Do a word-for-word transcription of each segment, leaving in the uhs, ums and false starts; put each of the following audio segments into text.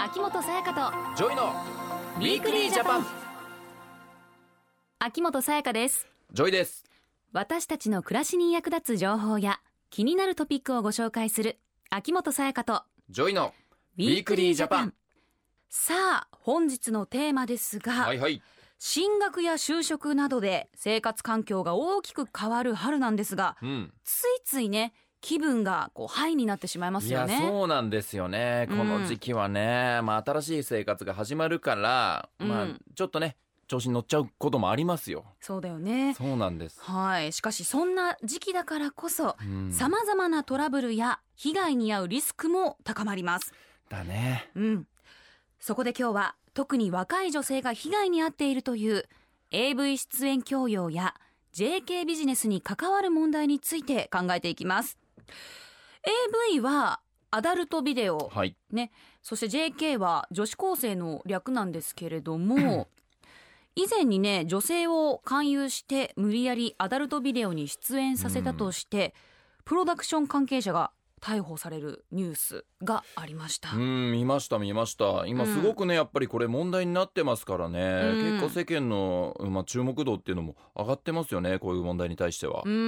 秋元才加とジョイのウィークリージャパン。 秋元才加です。 ジョイです。 私たちの暮らしに役立つ情報や気になるトピックをご紹介する秋元才加とジョイのウィークリージャパン。 さあ本日のテーマですが、 はいはい、 進学や就職などで生活環境が大きく変わる春なんですが、 うん、 ついついね気分がこうハイになってしまいますよね。 いやそうなんですよね。この時期はね、うん、まあ、新しい生活が始まるから、うんまあ、ちょっとね調子に乗っちゃうこともありますよ。 そうだよね。 そうなんです。 はい。しかしそんな時期だからこそさまざまなトラブルや被害に遭うリスクも高まりますだね。 うん。そこで今日は特に若い女性が被害に遭っているという エーブイ 出演強要や ジェーケー ビジネスに関わる問題について考えていきます。 エーブイ はアダルトビデオ、 はいね、そして ジェーケー は女子高生の略なんですけれども以前にね女性を勧誘して無理やりアダルトビデオに出演させたとして、うん、プロダクション関係者が逮捕されるニュースがありました。 うん見ました見ました今すごくね、うん、やっぱりこれ問題になってますからね、うん、結構世間の、まあ、注目度っていうのも上がってますよね。こういう問題に対しては、うん、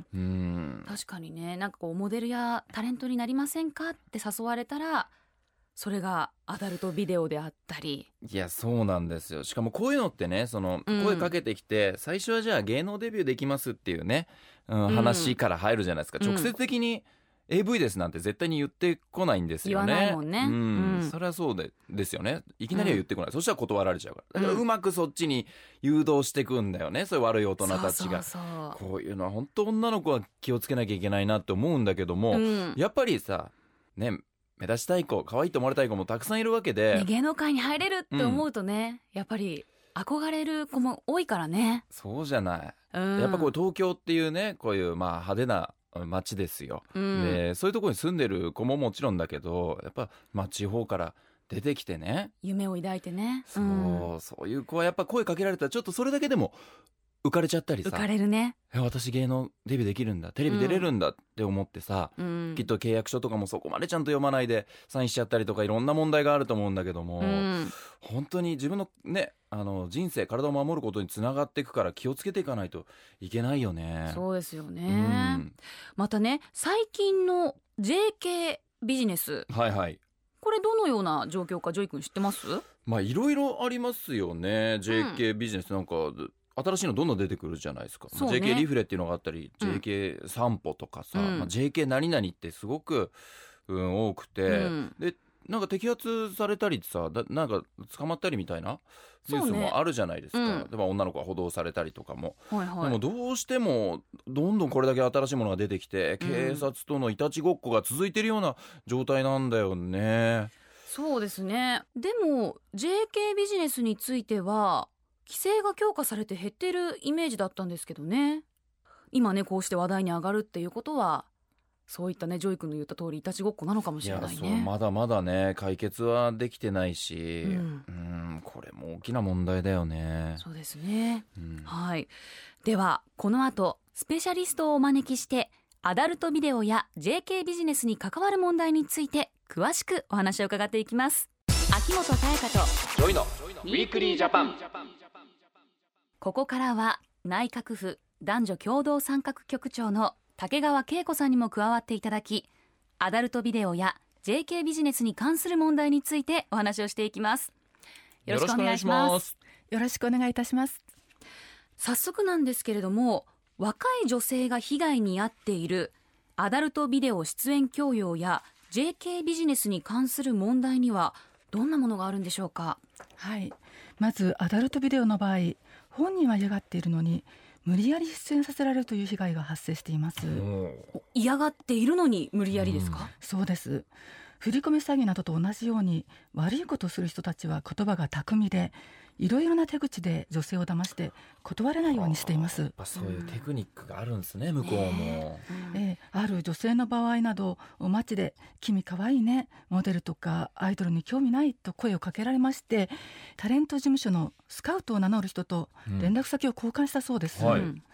うん確かにね。なんかこうモデルやタレントになりませんかって誘われたらそれがアダルトビデオであったり。 いやそうなんですよ。しかもこういうのってねその声かけてきて、うん、最初はじゃあ芸能デビューできますっていうね、うんうん、話から入るじゃないですか。直接的にエーブイ ですなんて絶対に言ってこないんですよね。 言わないもんね、 うんうん、 それはそうでですよね。いきなりは言ってこない、うん、そしたら断られちゃうから。だからうまくそっちに誘導していくんだよね、そういう悪い大人たちが。 そうそうそう。 こういうのは本当女の子は気をつけなきゃいけないなって思うんだけども、うん、やっぱりさね目立ちたい子可愛いと思われたい子もたくさんいるわけで、 ね、芸能界に入れるって思うとね、うん、やっぱり憧れる子も多いからね。 そうじゃない、 うん、 やっぱこう東京っていうねこういうまあ派手な街ですよ、うん、でそういうところに住んでる子ももちろんだけどやっぱ、まあ、地方から出てきてね夢を抱いてね、 そう、うん、そういう子はやっぱ声かけられたらちょっとそれだけでも浮かれちゃったりさ、 浮かれるね。 え私芸能デビューできるんだテレビ出れるんだって思ってさ、うん、きっと契約書とかもそこまでちゃんと読まないでサインしちゃったりとかいろんな問題があると思うんだけども、うん、本当に自分のねあの人生体を守ることにつながっていくから気をつけていかないといけないよね。 そうですよね、 うん、 またね最近の ジェーケー ビジネス、 はいはい、これどのような状況かジョイ君知ってます？ まあいろいろありますよね。 ジェーケー ビジネスなんか、うん新しいのどんどん出てくるじゃないですか、ね、ジェーケー リフレっていうのがあったり、うん、ジェーケー 散歩とかさ、うんまあ、ジェーケー 何々ってすごく、うん、多くて、うん、でなんか摘発されたりさだなんか捕まったりみたいなニュースもあるじゃないですか、ねうん、でも女の子が補導されたりとかも、はいはい、でもどうしてもどんどんこれだけ新しいものが出てきて、うん、警察とのいたちごっこが続いてるような状態なんだよね。 そうですね。でも ジェーケー ビジネスについては規制が強化されて減ってるイメージだったんですけどね。今ねこうして話題に上がるっていうことはそういったねジョイ君の言った通りいたちごっこなのかもしれないね。 いやそうまだまだね解決はできてないし、うん、うんこれも大きな問題だよね。 そうですね、うん、はい。ではこの後スペシャリストをお招きしてアダルトビデオや ジェーケー ビジネスに関わる問題について詳しくお話を伺っていきます。秋元才加とジョイのウィークリージャパン。 ここからは内閣府男女共同参画局長の竹川恵子さんにも加わっていただきアダルトビデオや ジェーケー ビジネスに関する問題についてお話をしていきます。よろしくお願いします。 よろしくお願いいたします。 早速なんですけれども若い女性が被害に遭っているアダルトビデオ出演強要や ジェーケー ビジネスに関する問題にはどんなものがあるんでしょうか？ はい、まずアダルトビデオの場合本人は嫌がっているのに無理やり出演させられるという被害が発生しています。 嫌がっているのに無理やりですか？うん、 そうです。振り込め詐欺などと同じように悪いことをする人たちは言葉が巧みでいろいろな手口で女性を騙して断れないようにしています。やっぱそういうテクニックがあるんですね、向こうも、 えー、ある女性の場合など街で君かわいいねモデルとかアイドルに興味ないと声をかけられましてタレント事務所のスカウトを名乗る人と連絡先を交換したそうです、 うんはい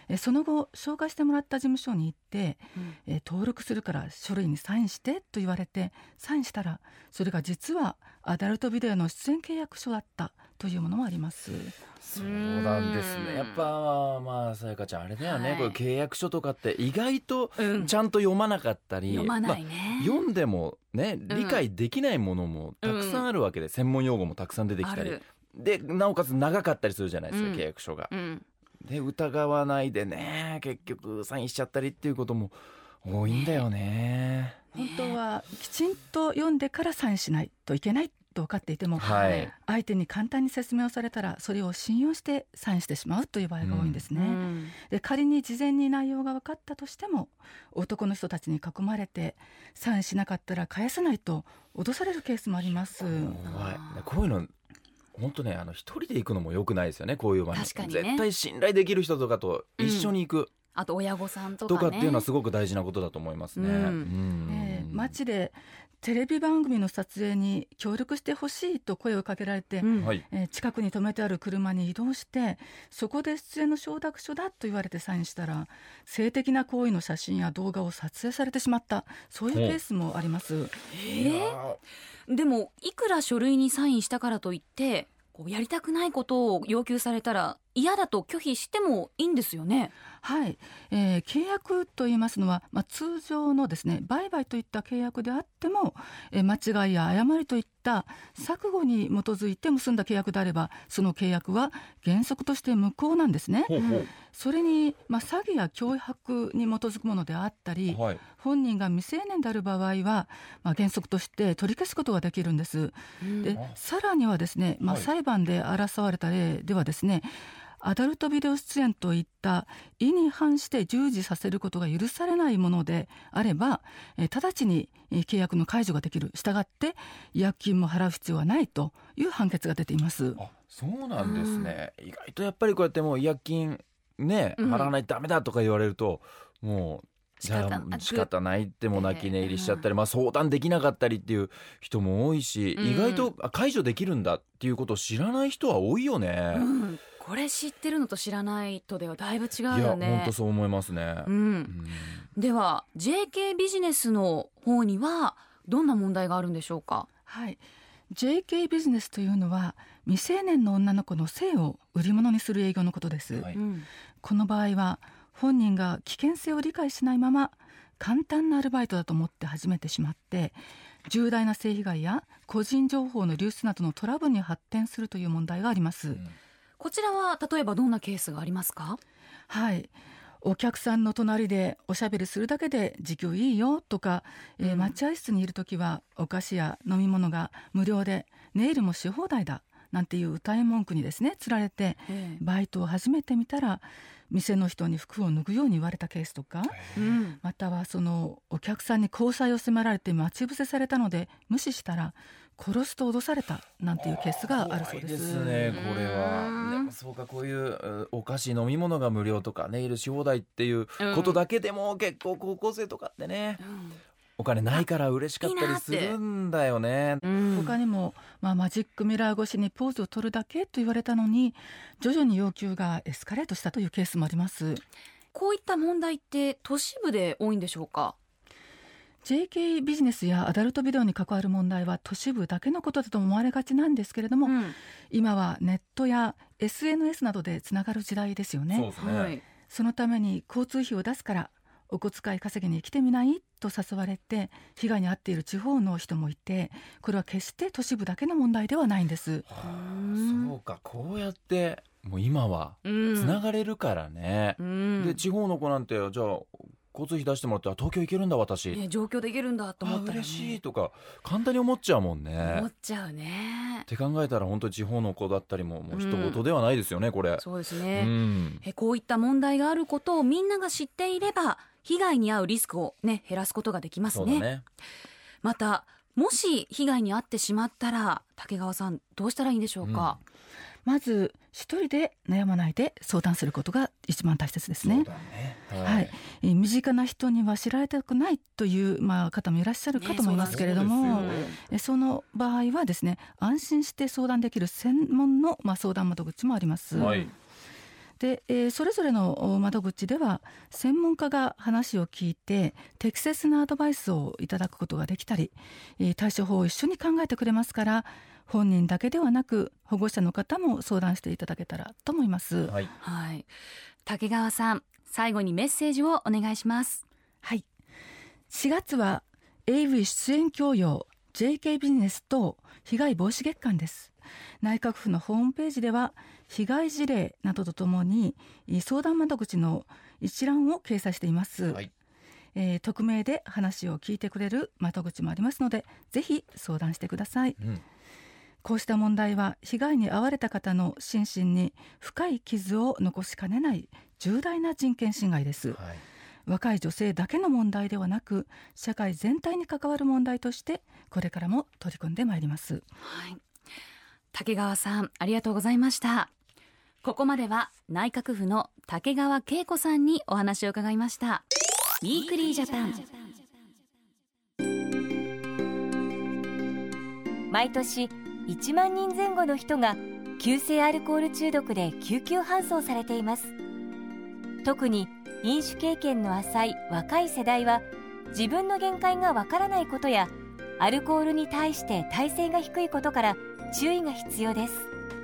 えその後紹介してもらった事務所に行って、 うんえ登録するから書類にサインしてと言われてサインしたら、それが実はアダルトビデオの出演契約書だったというものもあります。 そうなんですね。やっぱまあさやかちゃんあれだよね、 はいこれ契約書とかって意外とうんちゃんと読まなかったり、 読まないね、 まあ読んでもね理解できないものもたくさんあるわけで、専門用語もたくさん出てきたりある、 でなおかつ長かったりするじゃないですか、 うん契約書が。 うんで疑わないでね結局サインしちゃったりっていうことも多いんだよね。 本当はきちんと読んでからサインしないといけないと分かっていても、 はい相手に簡単に説明をされたらそれを信用してサインしてしまうという場合が多いんですね、 うんで仮に事前に内容が分かったとしても、男の人たちに囲まれてサインしなかったら返さないと脅されるケースもあります。 怖い。こういうの本当ね、あの一人で行くのも良くないですよね、こういう場に。 確かにね絶対信頼できる人とかと一緒に行く、 あと親御さんとかねとかっていうのはすごく大事なことだと思いますね、 うんうんえー街でテレビ番組の撮影に協力してほしいと声をかけられて、 うんはい、 えー近くに止めてある車に移動してそこで出演の承諾書だと言われてサインしたら、性的な行為の写真や動画を撮影されてしまった、そういうケースもあります。 えーでもいくら書類にサインしたからといってこうやりたくないことを要求されたら嫌だと拒否してもいいんですよね。 はい、えー契約といいますのは、まあ、通常のですね売買といった契約であっても、えー間違いや誤りといった錯誤に基づいて結んだ契約であれば、その契約は原則として無効なんですね。 ほうほう、 それに、まあ、詐欺や脅迫に基づくものであったり、 はい、 本人が未成年である場合は、まあ、原則として取り消すことができるんです。 うんであさらにはですね、まあ、 はい裁判で争われた例ではですね、アダルトビデオ出演といった意に反して従事させることが許されないものであれば、えー直ちにえー契約の解除ができる、したがって違約金も払う必要はないという判決が出ています。 あ、そうなんですね、意外とやっぱりこうやってもう違約金ねうん払わないとダメだとか言われると、もうじゃあ仕方なく仕方ないってもう泣き寝入りしちゃったり、まあ、相談できなかったりっていう人も多いし、 うん意外とあ解除できるんだっていうことを知らない人は多いよね、 うんこれ知ってるのと知らないとではだいぶ違ういやよね。 本当そう思いますね、 ううんん、では ジェーケー ビジネスの方にはどんな問題があるんでしょうか。 はい、ジェーケー ビジネスというのは未成年の女の子の性を売り物にする営業のことです、 はいうんこの場合は本人が危険性を理解しないまま簡単なアルバイトだと思って始めてしまって重大な性被害や個人情報の流出などのトラブルに発展するという問題があります、 うんこちらは例えばどんなケースがありますか。 はいお客さんの隣でおしゃべりするだけで時給いいよとか、えーうん待合室にいるときはお菓子や飲み物が無料でネイルもし放題だなんていう歌い文句にですねつられてええバイトを始めてみたら店の人に服を脱ぐように言われたケースとか、 うんまたはそのお客さんに交際を迫られて待ち伏せされたので無視したら殺すと脅されたなんていうケースがあるそうです。 怖いですねこれは。 うんでもそうか、こういううお菓子飲み物が無料とかネイルし放題っていうことだけでも結構高校生とかってね、 うんお金ないから嬉しかったりするんだよね。 うん他にも、まあ、マジックミラー越しにポーズを取るだけと言われたのに徐々に要求がエスカレートしたというケースもあります。 こういった問題って都市部で多いんでしょうか。 ジェーケー ビジネスやアダルトビデオに関わる問題は都市部だけのことだと思われがちなんですけれども、 うん今はネットや エスエヌエス などでつながる時代ですよね。 そうですね、 はいそのために交通費を出すからお小遣い稼ぎに来てみないと誘われて被害に遭っている地方の人もいて、これは決して都市部だけの問題ではないんです。 はうんあ、そうか、こうやってもう今はうんつながれるからね、 うんで地方の子なんてじゃあ交通費出してもらってあ東京行けるんだ私、 ね、上京できるんだと思ったら、ね、 あ嬉しいとか簡単に思っちゃうもんね思っちゃうねっ。て考えたら本当に地方の子だったりももう一言ではないですよね、これ。 そうですうね、 ん、 えこういった問題があることをみんなが知っていれば被害に遭うリスクを、ね、減らすことができますね。 そうだね。 またもし被害に遭ってしまったら竹川さんどうしたらいいんでしょうか。 まず一人で悩まないで相談することが一番大切ですね。 そうだね、 はい、えー身近な人には知られたくないという、まあ、方もいらっしゃるかと思いますけれども、 ねそうですよえその場合はですね安心して相談できる専門の、まあ、相談窓口もあります、 はい、 で、えーそれぞれの窓口では専門家が話を聞いて適切なアドバイスをいただくことができたり、えー対処法を一緒に考えてくれますから、本人だけではなく保護者の方も相談していただけたらと思います。 はい、 はい、竹川さん、最後にメッセージをお願いします。 はい、しがつは エーブイ 出演教養 ジェーケー ビジネス等被害防止月間です。内閣府のホームページでは被害事例などとともに相談窓口の一覧を掲載しています。 はい、 えー匿名で話を聞いてくれる窓口もありますので、ぜひ相談してください。 うん、 こうした問題は被害に遭われた方の心身に深い傷を残しかねない重大な人権侵害です。 はい、 若い女性だけの問題ではなく、社会全体に関わる問題としてこれからも取り組んでまいります。 はい、竹川さん、ありがとうございました。ここまでは内閣府の竹川恵子さんにお話を伺いました。ウィークリージャパン。 毎年いちまんにんぜん後の人が急性アルコール中毒で救急搬送されています。特に飲酒経験の浅い若い世代は、自分の限界がわからないことやアルコールに対して耐性が低いことから注意が必要です。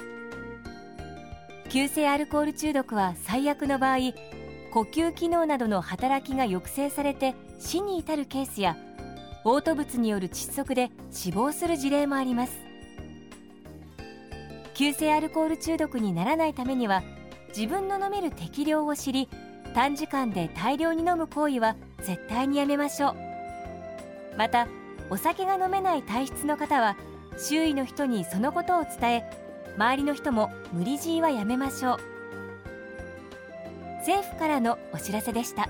急性アルコール中毒は最悪の場合、呼吸機能などの働きが抑制されて死に至るケースや、嘔吐物による窒息で死亡する事例もあります。急性アルコール中毒にならないためには、自分の飲める適量を知り、短時間で大量に飲む行為は絶対にやめましょう。また、お酒が飲めない体質の方は周囲の人にそのことを伝え、周りの人も無理強いはやめましょう。政府からのお知らせでした。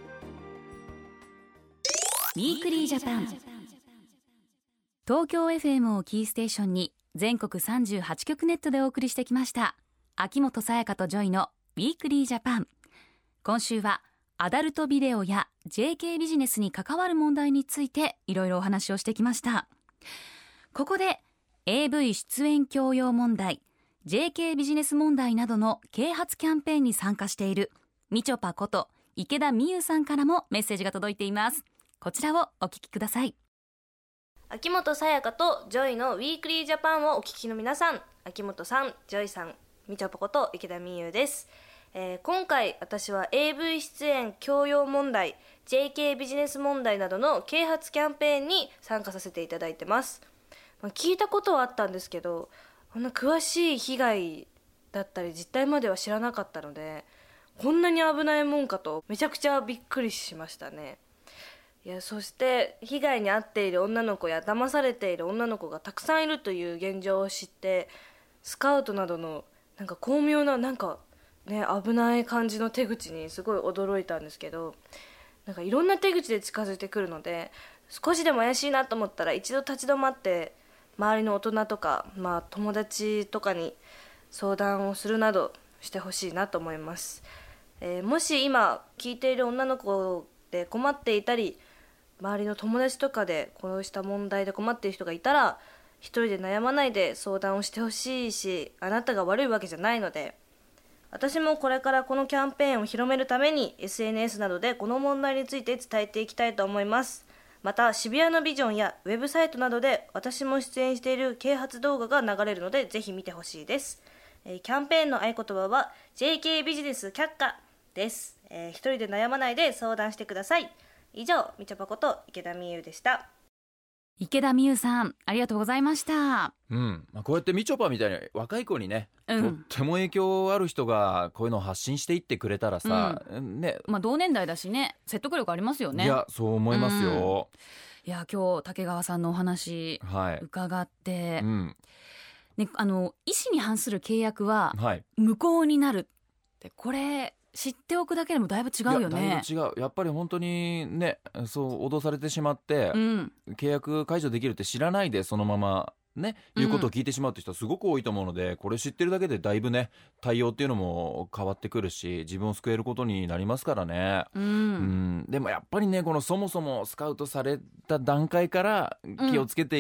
ウィークリージャパン。東京 エフエム をキーステーションに全国さんじゅうはちきょくネットでお送りしてきました秋元才加とジョイのウィークリージャパン。今週はアダルトビデオや ジェーケー ビジネスに関わる問題についていろいろお話をしてきました。ここで エーブイ 出演強要問題、 ジェーケー ビジネス問題などの啓発キャンペーンに参加しているみちょぱこと池田美優さんからもメッセージが届いています。こちらをお聞きください。 秋元才加とジョイのウィークリージャパンをお聞きの皆さん、秋元さん、ジョイさん、みちょぱこと池田美優です。えー、今回私は エーブイ 出演強要問題、 ジェーケー ビジネス問題などの啓発キャンペーンに参加させていただいてます。まあ、聞いたことはあったんですけど、こんな詳しい被害だったり実態までは知らなかったので、こんなに危ないもんかとめちゃくちゃびっくりしましたね。いや、そして被害に遭っている女の子や騙されている女の子がたくさんいるという現状を知って、スカウトなどのなんか巧妙ななんかね、危ない感じの手口にすごい驚いたんですけど、なんかいろんな手口で近づいてくるので、少しでも怪しいなと思ったら一度立ち止まって周りの大人とか、まあ、友達とかに相談をするなどしてほしいなと思います。えー、もし今聞いている女の子で困っていたり、周りの友達とかでこうした問題で困っている人がいたら、一人で悩まないで相談をしてほしいし、あなたが悪いわけじゃないので、私もこれからこのキャンペーンを広めるために エスエヌエス などでこの問題について伝えていきたいと思います。また渋谷のビジョンやウェブサイトなどで私も出演している啓発動画が流れるので、ぜひ見てほしいです。えー、キャンペーンの合言葉は ジェーケー ビジネス却下です。えー、一人で悩まないで相談してください。以上、みちょぱこと池田美優でした。 池田美優さん、ありがとうございました。 うんまあ、こうやってみちょぱみたいに若い子にね、うん、とっても影響ある人がこういうのを発信していってくれたらさ、うんねまあ、同年代だしね、説得力ありますよね。 いやそう思いますよ、 うん、いや今日竹川さんのお話伺って、はいうんね、あの意思に反する契約は無効になるって、これ知っておくだけでもだいぶ違うよね。 いやだいぶ違う。やっぱり本当にね、そう脅されてしまって、うん、契約解除できるって知らないでそのままね言うことを聞いてしまうって人はすごく多いと思うので、うん、これ知ってるだけでだいぶね対応っていうのも変わってくるし、自分を救えることになりますからね、うんうん、でもやっぱりね、このそもそもスカウトされた段階から気をつけて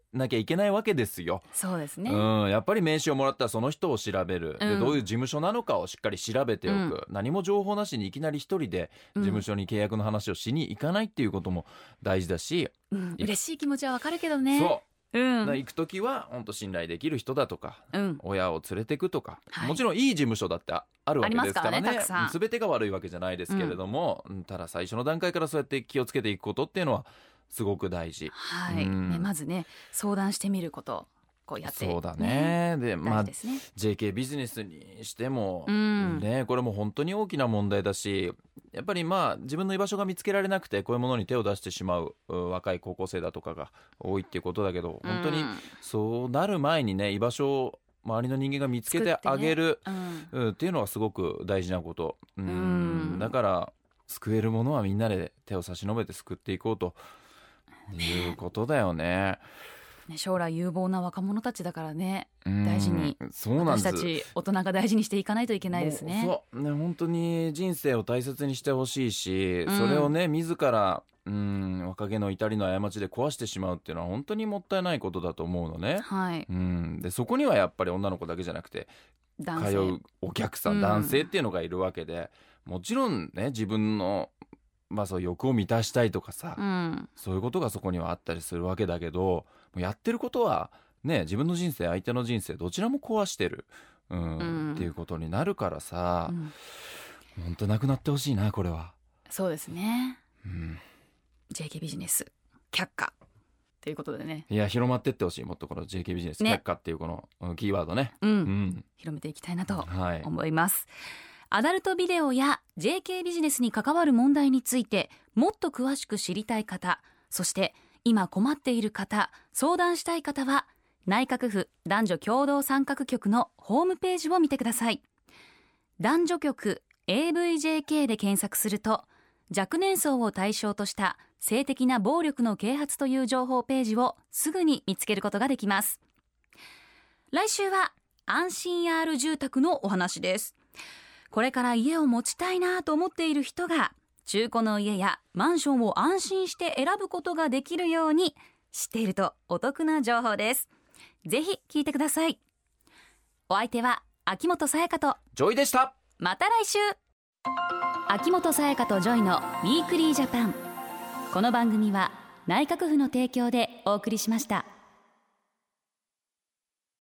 なきゃいけないわけですよ。 そうですね、 うん、やっぱり名刺をもらったらその人を調べる、でうんどういう事務所なのかをしっかり調べておく、 うん何も情報なしにいきなり一人で事務所に契約の話をしに行かないっていうことも大事だし、 うん、嬉しい気持ちはわかるけどね。 そうう、んだから行くときは本当信頼できる人だとか、 うん、 親を連れてくとか、 はいもちろんいい事務所だってあるわけですからありますからねたねくさん全てが悪いわけじゃないですけれども、うんただ最初の段階からそうやって気をつけていくことっていうのはすごく大事。 はい、 うんね、まずね相談してみることこうやって、 そうだね、でまあ大事ですね。 ジェーケー ビジネスにしても、 うんね、これも本当に大きな問題だし、やっぱりまあ自分の居場所が見つけられなくてこういうものに手を出してしまうう若い高校生だとかが多いっていうことだけど、本当にうんそうなる前にね、居場所を周りの人間が見つけてあげる、 うんうんっていうのはすごく大事なこと、うんうんだから救えるものはみんなで手を差し伸べて救っていこうということだよね。 ね、将来有望な若者たちだからね、 うん大事にそうなんです。 私たち大人が大事にしていかないといけないですね。 もうそうね、本当に人生を大切にしてほしいし、 うんそれをね自らうん若気の至りの過ちで壊してしまうっていうのは本当にもったいないことだと思うのね。 はい、 うんでそこにはやっぱり女の子だけじゃなくて男性通うお客さん、 うん男性っていうのがいるわけで、もちろんね自分の、まあ、そう欲を満たしたいとかさ、 うんそういうことがそこにはあったりするわけだけど、やってることはね自分の人生相手の人生どちらも壊してる、うんうんっていうことになるからさう、ん本当なくなってほしいなこれは、 そうですね。 うん、 ジェーケー ビジネス却下ということでね、 いや広まってってほしい、もっとこの ジェーケー ビジネスね却下っていうこのうんキーワードね、 うんうん広めていきたいなとはい、 思います。アダルトビデオや ジェーケー ビジネスに関わる問題についてもっと詳しく知りたい方、そして今困っている方、相談したい方は内閣府男女共同参画局のホームページを見てください。男女局 エーブイジェーケー で検索すると若年層を対象とした性的な暴力の啓発という情報ページをすぐに見つけることができます。来週は安心 アール 住宅のお話です。これから家を持ちたいなと思っている人が中古の家やマンションを安心して選ぶことができるように、知っているとお得な情報です。ぜひ聞いてください。お相手は秋元才加とジョイでした。 また来週。秋元才加とジョイのウィークリージャパン。この番組は内閣府の提供でお送りしました。